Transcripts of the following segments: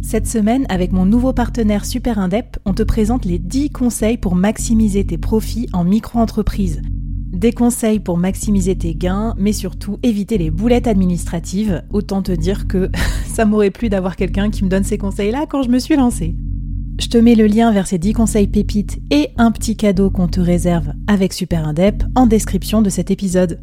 Cette semaine, avec mon nouveau partenaire Super Indep, on te présente les 10 conseils pour maximiser tes profits en micro-entreprise. Des conseils pour maximiser tes gains, mais surtout éviter les boulettes administratives. Autant te dire que ça m'aurait plu d'avoir quelqu'un qui me donne ces conseils-là quand je me suis lancée. Je te mets le lien vers ces 10 conseils pépites et un petit cadeau qu'on te réserve avec Super Indep en description de cet épisode.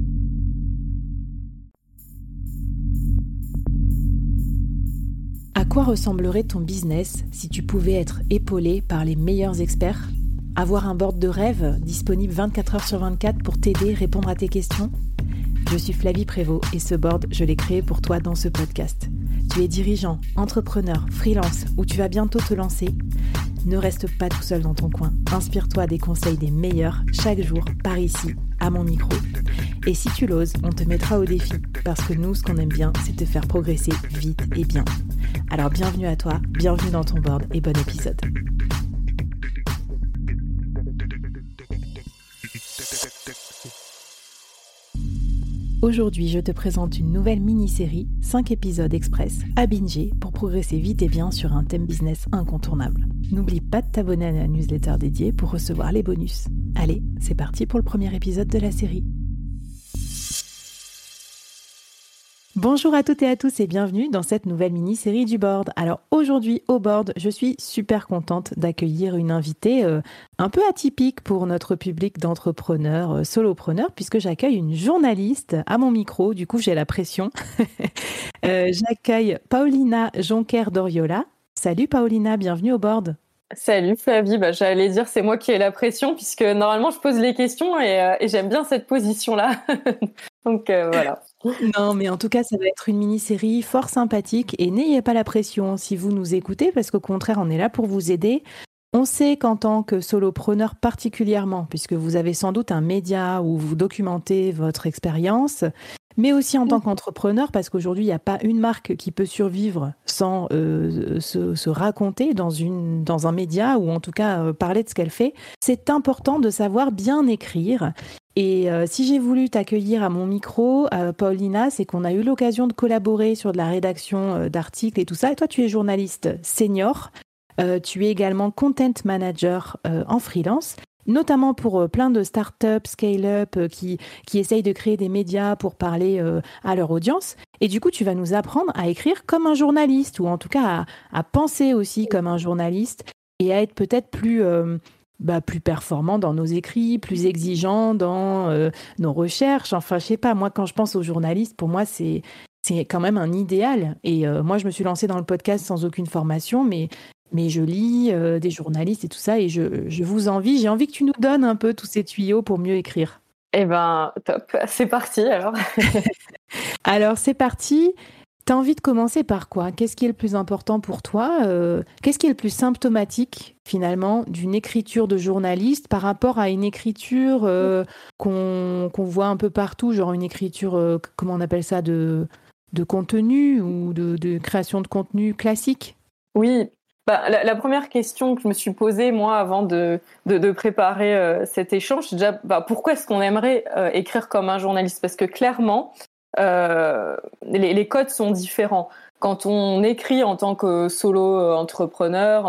À quoi ressemblerait ton business si tu pouvais être épaulé par les meilleurs experts ? Avoir un board de rêve disponible 24 heures sur 24 pour t'aider, répondre à tes questions ? Je suis Flavie Prévost et ce board, je l'ai créé pour toi dans ce podcast. Tu es dirigeant, entrepreneur, freelance ou tu vas bientôt te lancer ? Ne reste pas tout seul dans ton coin. Inspire-toi des conseils des meilleurs chaque jour par ici, à mon micro. Et si tu l'oses, on te mettra au défi parce que nous, ce qu'on aime bien, c'est te faire progresser vite et bien. Alors bienvenue à toi, bienvenue dans ton board et bon épisode. Aujourd'hui, je te présente une nouvelle mini-série, 5 épisodes express à binger pour progresser vite et bien sur un thème business incontournable. N'oublie pas de t'abonner à la newsletter dédiée pour recevoir les bonus. Allez, c'est parti pour le premier épisode de la série. Bonjour à toutes et à tous et bienvenue dans cette nouvelle mini-série du board. Alors aujourd'hui au board, je suis super contente d'accueillir une invitée un peu atypique pour notre public d'entrepreneurs, solopreneurs, puisque j'accueille une journaliste à mon micro, du coup j'ai la pression. J'accueille Paulina Jonker-Doriola. Salut Paulina, bienvenue au board. Salut Flavie, j'allais dire c'est moi qui ai la pression puisque normalement je pose les questions et j'aime bien cette position-là. Donc voilà. Non, mais en tout cas, ça va être une mini-série fort sympathique et n'ayez pas la pression si vous nous écoutez parce qu'au contraire, on est là pour vous aider. On sait qu'en tant que solopreneur particulièrement, puisque vous avez sans doute un média où vous documentez votre expérience, mais aussi en tant qu'entrepreneur, parce qu'aujourd'hui, il n'y a pas une marque qui peut survivre sans se raconter dans un média ou en tout cas parler de ce qu'elle fait. C'est important de savoir bien écrire. Et si j'ai voulu t'accueillir à mon micro, Paulina, c'est qu'on a eu l'occasion de collaborer sur de la rédaction d'articles et tout ça. Et toi, tu es journaliste senior. Tu es également content manager en freelance, notamment pour plein de startups, scale-up qui essayent de créer des médias pour parler à leur audience. Et du coup, tu vas nous apprendre à écrire comme un journaliste ou en tout cas à penser aussi comme un journaliste et à être peut-être plus performant dans nos écrits, plus exigeant dans nos recherches. Enfin, je sais pas, moi, quand je pense aux journalistes, pour moi, c'est quand même un idéal. Et moi, je me suis lancée dans le podcast sans aucune formation, mais je lis des journalistes et tout ça, et je vous envie. J'ai envie que tu nous donnes un peu tous ces tuyaux pour mieux écrire. Eh ben, top. C'est parti, alors. Alors, c'est parti. T'as envie de commencer par quoi ? Qu'est-ce qui est le plus important pour toi ? Qu'est-ce qui est le plus symptomatique, finalement, d'une écriture de journaliste par rapport à une écriture qu'on voit un peu partout, genre une écriture, comment on appelle ça, de contenu ou de création de contenu classique ? Oui. La première question que je me suis posée, moi, avant de préparer cet échange, c'est déjà pourquoi est-ce qu'on aimerait écrire comme un journaliste ? Parce que clairement, les codes sont différents. Quand on écrit en tant que entrepreneur,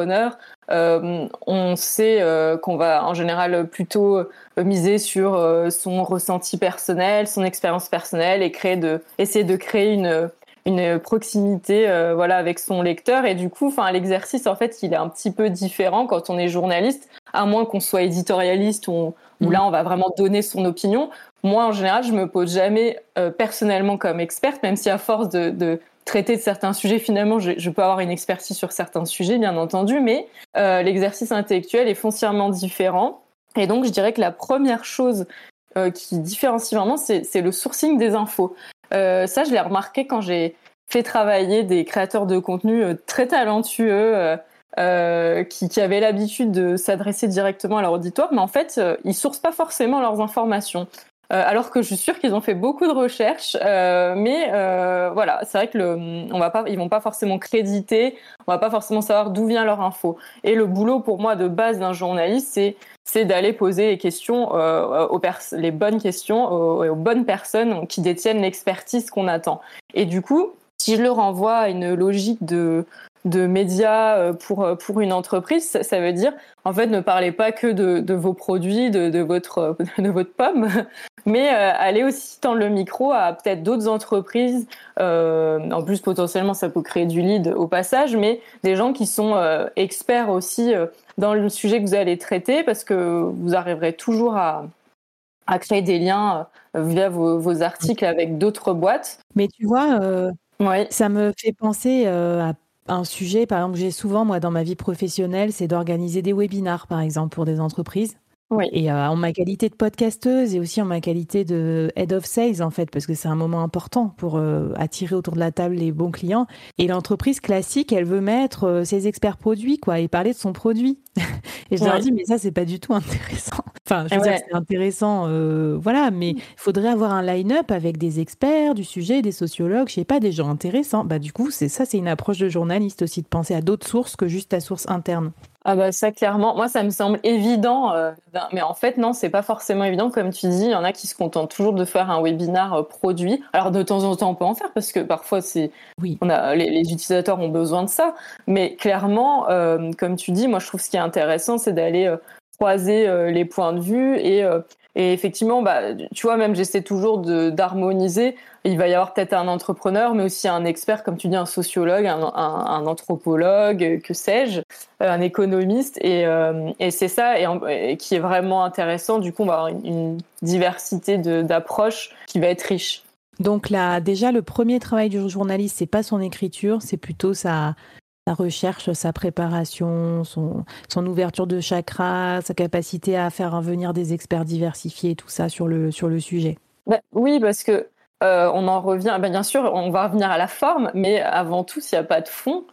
on sait qu'on va en général plutôt miser sur son ressenti personnel, son expérience personnelle et essayer de créer une proximité avec son lecteur. Et du coup, l'exercice, en fait, il est un petit peu différent quand on est journaliste, à moins qu'on soit éditorialiste où là, on va vraiment donner son opinion. Moi, en général, je me pose jamais personnellement comme experte, même si à force de traiter de certains sujets, finalement, je peux avoir une expertise sur certains sujets, bien entendu, mais l'exercice intellectuel est foncièrement différent. Et donc, je dirais que la première chose qui différencie vraiment, c'est le sourcing des infos. Ça, je l'ai remarqué quand j'ai fait travailler des créateurs de contenu très talentueux qui avaient l'habitude de s'adresser directement à leur auditoire, mais en fait, ils sourcent pas forcément leurs informations. Alors que je suis sûre qu'ils ont fait beaucoup de recherches, mais voilà, c'est vrai que ils vont pas forcément créditer, on va pas forcément savoir d'où vient leur info. Et le boulot pour moi de base d'un journaliste, c'est d'aller poser les questions, les bonnes questions aux bonnes personnes qui détiennent l'expertise qu'on attend. Et du coup, si je le renvoie à une logique de médias pour une entreprise, ça veut dire, en fait, ne parlez pas que de vos produits, de votre pomme, mais allez aussi tendre le micro à peut-être d'autres entreprises. En plus, potentiellement, ça peut créer du lead au passage, mais des gens qui sont experts aussi dans le sujet que vous allez traiter, parce que vous arriverez toujours à créer des liens via vos articles avec d'autres boîtes. Mais tu vois, Oui. ça me fait penser à un sujet, par exemple, que j'ai souvent, moi, dans ma vie professionnelle, c'est d'organiser des webinars, par exemple, pour des entreprises. Oui. Et en ma qualité de podcasteuse et aussi en ma qualité de head of sales, en fait, parce que c'est un moment important pour attirer autour de la table les bons clients. Et l'entreprise classique, elle veut mettre ses experts produits, quoi, et parler de son produit. Et je leur dis, mais ça, c'est pas du tout intéressant. Enfin, je veux dire que c'est intéressant, voilà, mais il faudrait avoir un line-up avec des experts du sujet, des sociologues, je sais pas, des gens intéressants. Bah, du coup, c'est une approche de journaliste aussi, de penser à d'autres sources que juste ta source interne. Ah bah ça, clairement, moi ça me semble évident, mais en fait non, c'est pas forcément évident. Comme tu dis, il y en a qui se contentent toujours de faire un webinar produit. Alors de temps en temps on peut en faire parce que parfois les utilisateurs ont besoin de ça, mais clairement, comme tu dis, moi je trouve ce qui est intéressant, c'est d'aller croiser les points de vue et effectivement, bah, tu vois, même j'essaie toujours d'harmoniser. Il va y avoir peut-être un entrepreneur, mais aussi un expert, comme tu dis, un sociologue, un anthropologue, que sais-je, un économiste. Et c'est ça et qui est vraiment intéressant. Du coup, on va avoir une diversité d'approches qui va être riche. Donc là, déjà, le premier travail du journaliste, c'est pas son écriture, c'est plutôt sa recherche, sa préparation, son ouverture de chakra, sa capacité à faire venir des experts diversifiés, tout ça sur le sujet. Bah, oui, parce que on en revient. Bien sûr, on va revenir à la forme, mais avant tout, s'il n'y a pas de fond,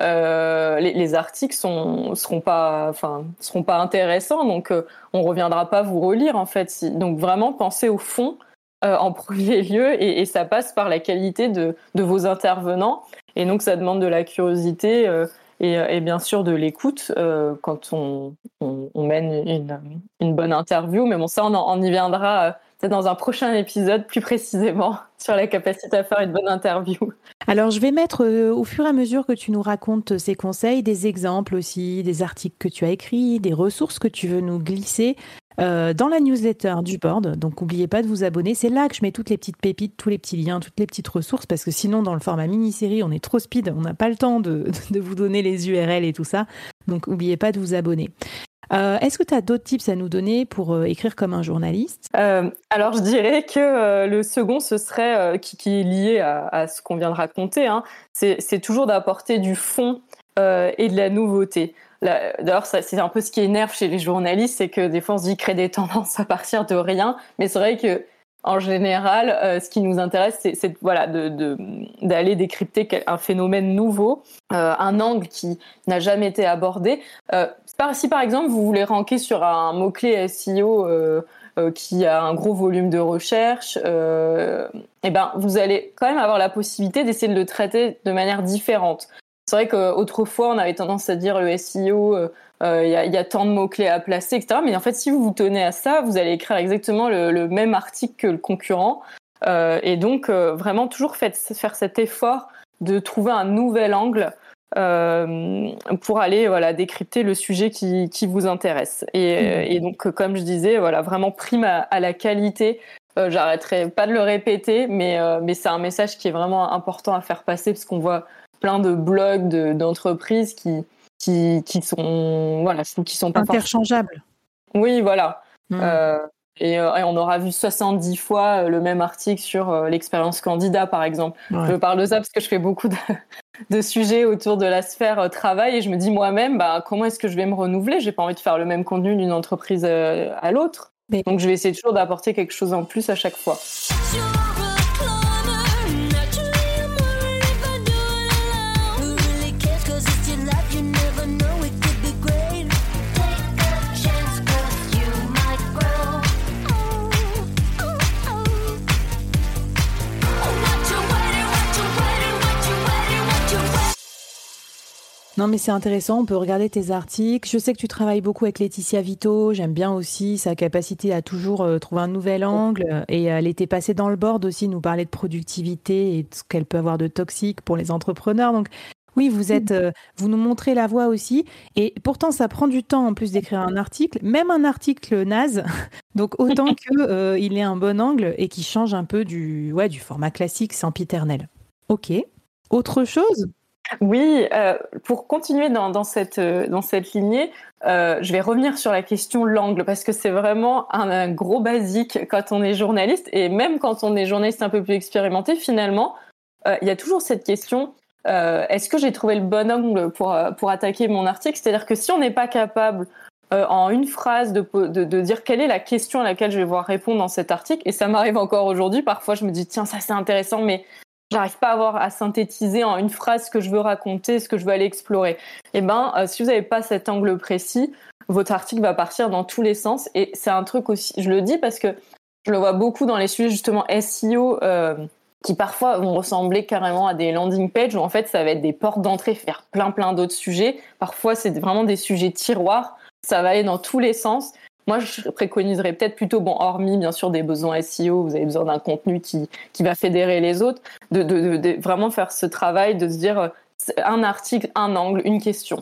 les articles seront pas intéressants. Donc, on reviendra pas vous relire en fait. Donc, vraiment, pensez au fond en premier lieu, et ça passe par la qualité de vos intervenants. Et donc, ça demande de la curiosité et bien sûr de l'écoute quand on mène une bonne interview. Mais bon, ça, on y viendra peut-être dans un prochain épisode plus précisément sur la capacité à faire une bonne interview. Alors, je vais mettre au fur et à mesure que tu nous racontes ces conseils, des exemples aussi, des articles que tu as écrits, des ressources que tu veux nous glisser dans la newsletter du board. Donc, n'oubliez pas de vous abonner. C'est là que je mets toutes les petites pépites, tous les petits liens, toutes les petites ressources, parce que sinon, dans le format mini-série, on est trop speed, on n'a pas le temps de vous donner les URL et tout ça. Donc, n'oubliez pas de vous abonner. Est-ce que tu as d'autres tips à nous donner pour écrire comme un journaliste ? Alors, je dirais que le second, ce serait, qui est lié à ce qu'on vient de raconter, hein, c'est toujours d'apporter du fond et de la nouveauté. D'ailleurs, c'est un peu ce qui énerve chez les journalistes, c'est que des fois, on se dit créer des tendances à partir de rien, mais c'est vrai que en général, ce qui nous intéresse, c'est voilà, d'aller décrypter un phénomène nouveau, un angle qui n'a jamais été abordé. Si par exemple vous voulez ranker sur un mot-clé SEO qui a un gros volume de recherche, et ben vous allez quand même avoir la possibilité d'essayer de le traiter de manière différente. C'est vrai qu'autrefois, on avait tendance à dire le SEO, il y a tant de mots-clés à placer, etc. Mais en fait, si vous vous tenez à ça, vous allez écrire exactement le même article que le concurrent. Et donc, vraiment, toujours faire cet effort de trouver un nouvel angle pour aller décrypter le sujet qui vous intéresse. Et donc, comme je disais, vraiment prime à la qualité. J'arrêterai pas de le répéter, mais c'est un message qui est vraiment important à faire passer, parce qu'on voit plein de blogs d'entreprises qui sont pas interchangeables. Oui, voilà. Et on aura vu 70 fois le même article sur l'expérience candidat, par exemple. Ouais. Je parle de ça parce que je fais beaucoup de sujets autour de la sphère travail, et je me dis moi-même, comment est-ce que je vais me renouveler ? J'ai pas envie de faire le même contenu d'une entreprise à l'autre. Donc je vais essayer toujours d'apporter quelque chose en plus à chaque fois. Non, mais c'est intéressant, on peut regarder tes articles. Je sais que tu travailles beaucoup avec Laetitia Vito, j'aime bien aussi sa capacité à toujours trouver un nouvel angle. Et elle était passée dans le board aussi, nous parler de productivité et de ce qu'elle peut avoir de toxique pour les entrepreneurs. Donc oui, vous nous montrez la voie aussi. Et pourtant, ça prend du temps en plus d'écrire un article, même un article naze. Donc autant que il ait un bon angle et qu'il change un peu du format classique sempiternel. Ok. Autre chose? Oui, pour continuer dans cette lignée, je vais revenir sur la question l'angle parce que c'est vraiment un gros basique quand on est journaliste et même quand on est journaliste un peu plus expérimenté, finalement, il y a toujours cette question est-ce que j'ai trouvé le bon angle pour attaquer mon article? C'est-à-dire que si on n'est pas capable en une phrase de dire quelle est la question à laquelle je vais devoir répondre dans cet article, et ça m'arrive encore aujourd'hui, parfois je me dis tiens ça c'est intéressant mais j'arrive pas à synthétiser en une phrase ce que je veux raconter, ce que je veux aller explorer. Et si vous n'avez pas cet angle précis, votre article va partir dans tous les sens. Et c'est un truc aussi, je le dis parce que je le vois beaucoup dans les sujets justement SEO qui parfois vont ressembler carrément à des landing pages où en fait ça va être des portes d'entrée vers plein d'autres sujets. Parfois c'est vraiment des sujets tiroirs, ça va aller dans tous les sens. Moi, je préconiserais peut-être plutôt, hormis bien sûr des besoins SEO, vous avez besoin d'un contenu qui va fédérer les autres, de vraiment faire ce travail, de se dire un article, un angle, une question.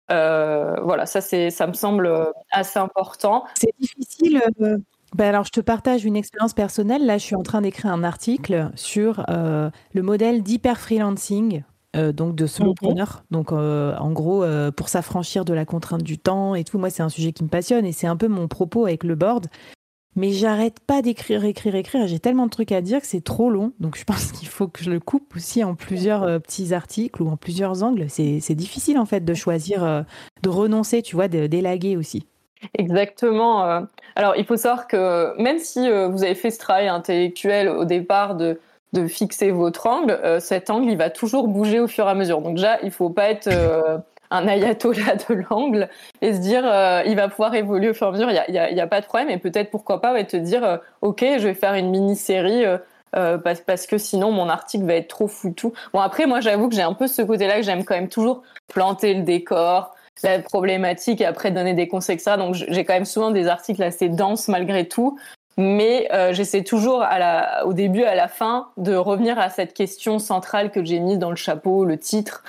Voilà, ça me semble assez important. C'est difficile. Alors, je te partage une expérience personnelle. Là, je suis en train d'écrire un article sur le modèle d'hyper-freelancing, donc de solopreneur. Donc, en gros, pour s'affranchir de la contrainte du temps et tout, moi, c'est un sujet qui me passionne et c'est un peu mon propos avec le board. Mais j'arrête pas d'écrire, écrire. J'ai tellement de trucs à dire que c'est trop long. Donc, je pense qu'il faut que je le coupe aussi en plusieurs petits articles ou en plusieurs angles. C'est difficile, en fait, de choisir, de renoncer, tu vois, d'élaguer aussi. Exactement. Alors, il faut savoir que même si vous avez fait ce travail intellectuel au départ de fixer votre angle, cet angle, il va toujours bouger au fur et à mesure. Donc déjà, il faut pas être un ayatollah de l'angle et se dire il va pouvoir évoluer au fur et à mesure. Il y a pas de problème et peut-être pourquoi pas te dire ok, je vais faire une mini-série parce que sinon mon article va être trop foutu. Bon après, moi j'avoue que j'ai un peu ce côté-là que j'aime quand même toujours planter le décor, la problématique et après donner des conseils, etc. Donc j'ai quand même souvent des articles assez denses malgré tout. Mais j'essaie toujours au début, à la fin, de revenir à cette question centrale que j'ai mise dans le chapeau, le titre.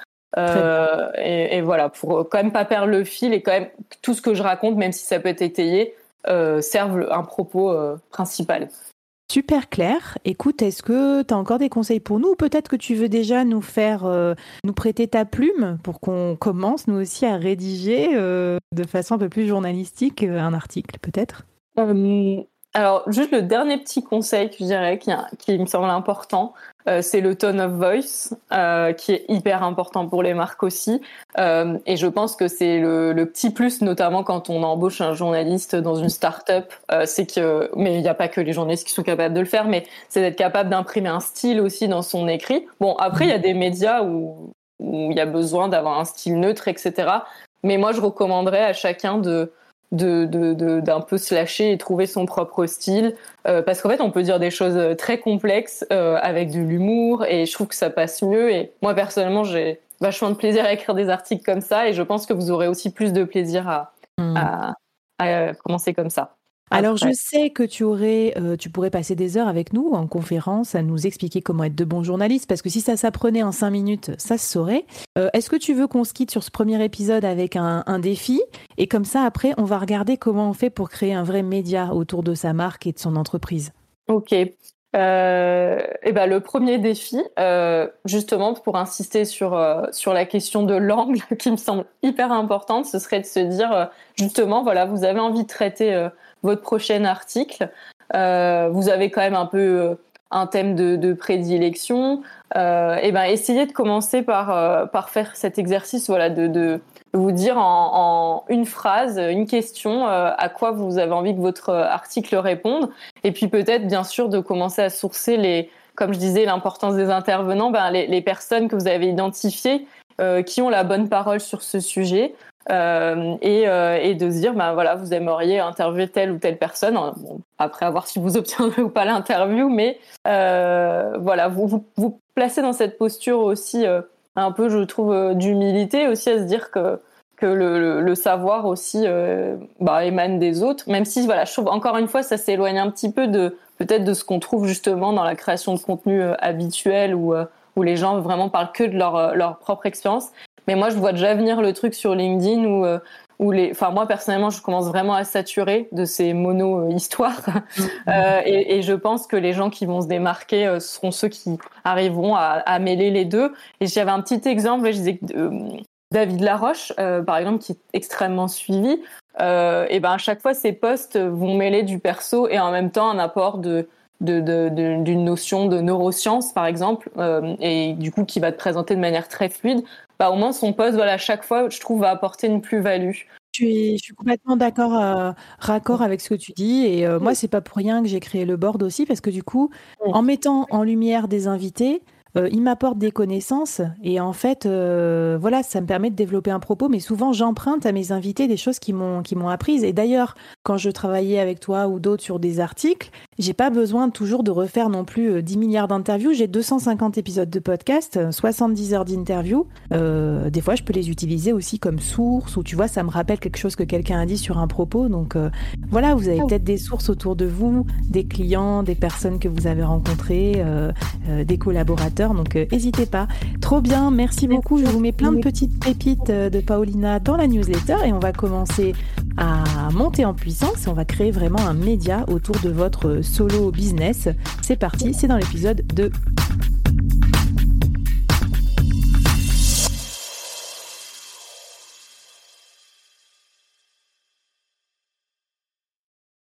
Et voilà, pour quand même pas perdre le fil et quand même tout ce que je raconte, même si ça peut être étayé, serve un propos principal. Super clair. Écoute, est-ce que tu as encore des conseils pour nous ou peut-être que tu veux déjà nous prêter ta plume pour qu'on commence nous aussi à rédiger de façon un peu plus journalistique un article peut-être? Alors, juste le dernier petit conseil que je dirais qui me semble important, c'est le tone of voice, qui est hyper important pour les marques aussi. Et je pense que c'est le petit plus, notamment quand on embauche un journaliste dans une start-up, mais il n'y a pas que les journalistes qui sont capables de le faire, mais c'est d'être capable d'imprimer un style aussi dans son écrit. Bon, après, il y a des médias où il y a besoin d'avoir un style neutre, etc. Mais moi, je recommanderais à chacun d'un peu se lâcher et trouver son propre style parce qu'en fait on peut dire des choses très complexes avec de l'humour et je trouve que ça passe mieux et moi personnellement j'ai vachement de plaisir à écrire des articles comme ça et je pense que vous aurez aussi plus de plaisir à commencer comme ça. Alors, je sais que tu pourrais passer des heures avec nous en conférence à nous expliquer comment être de bons journalistes, parce que si ça s'apprenait en 5 minutes, ça se saurait. Est-ce que tu veux qu'on se quitte sur ce premier épisode avec un défi? Et comme ça, après, on va regarder comment on fait pour créer un vrai média autour de sa marque et de son entreprise. Ok. Le premier défi, justement pour insister sur la question de l'angle qui me semble hyper importante, ce serait de se dire justement voilà, vous avez envie de traiter votre prochain article, vous avez quand même un peu un thème de prédilection, essayez de commencer par faire cet exercice, voilà, de vous dire en une phrase, une question, à quoi vous avez envie que votre article réponde, et puis peut-être bien sûr de commencer à sourcer comme je disais, l'importance des intervenants, les personnes que vous avez identifiées qui ont la bonne parole sur ce sujet. Et de se dire voilà, vous aimeriez interviewer telle ou telle personne, après à voir si vous obtiendrez ou pas l'interview, mais voilà, vous placez dans cette posture aussi un peu, je trouve, d'humilité aussi à se dire que le savoir aussi émane des autres, même si voilà, je trouve encore une fois ça s'éloigne un petit peu peut-être de ce qu'on trouve justement dans la création de contenu habituel où les gens vraiment parlent que de leur propre expérience. Mais moi je vois déjà venir le truc sur LinkedIn où moi personnellement je commence vraiment à saturer de ces mono-histoires et je pense que les gens qui vont se démarquer seront ceux qui arriveront à mêler les deux. Et j'avais un petit exemple, je disais que David Laroche, par exemple, qui est extrêmement suivi, et ben à chaque fois ses posts vont mêler du perso et en même temps un apport d'une notion de neurosciences, par exemple, et du coup qui va te présenter de manière très fluide. Bah, au moins son post, voilà, à chaque fois, je trouve, va apporter une plus-value. Je suis complètement raccord avec ce que tu dis. Et moi, c'est pas pour rien que j'ai créé le board aussi, parce que du coup, en mettant en lumière des invités, ils m'apportent des connaissances. Et en fait, voilà, ça me permet de développer un propos. Mais souvent, j'emprunte à mes invités des choses qui m'ont apprises. Et d'ailleurs, quand je travaillais avec toi ou d'autres sur des articles, j'ai pas besoin toujours de refaire non plus 10 milliards d'interviews. J'ai 250 épisodes de podcast, 70 heures d'interviews. Des fois, je peux les utiliser aussi comme source, ou tu vois, ça me rappelle quelque chose que quelqu'un a dit sur un propos. Donc voilà, vous avez peut-être des sources autour de vous, des clients, des personnes que vous avez rencontrées, des collaborateurs. Donc n'hésitez pas. Trop bien, merci beaucoup. Je vous mets plein de petites pépites de Paulina dans la newsletter et on va commencer à monter en puissance et on va créer vraiment un média autour de votre solo business. C'est parti, c'est dans l'épisode 2.